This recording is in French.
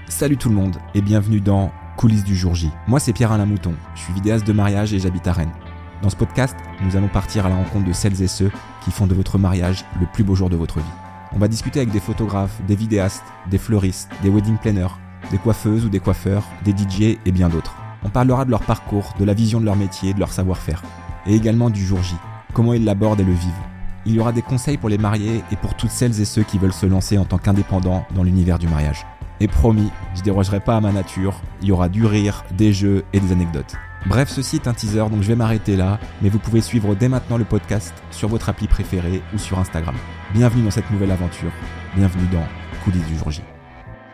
Salut tout le monde et bienvenue dans Coulisses du jour J. Moi c'est Pierre-Alain Mouton, je suis vidéaste de mariage et j'habite à Rennes. Dans ce podcast, nous allons partir à la rencontre de celles et ceux qui font de votre mariage le plus beau jour de votre vie. On va discuter avec des photographes, des vidéastes, des fleuristes, des wedding planners, des coiffeuses ou des coiffeurs, des DJ et bien d'autres. On parlera de leur parcours, de la vision de leur métier, de leur savoir-faire. Et également du jour J, comment ils l'abordent et le vivent. Il y aura des conseils pour les mariés et pour toutes celles et ceux qui veulent se lancer en tant qu'indépendants dans l'univers du mariage. Et promis, je dérogerai pas à ma nature, il y aura du rire, des jeux et des anecdotes. Bref, ceci est un teaser, donc je vais m'arrêter là, mais vous pouvez suivre dès maintenant le podcast sur votre appli préférée ou sur Instagram. Bienvenue dans cette nouvelle aventure, bienvenue dans Coulisses du jour J.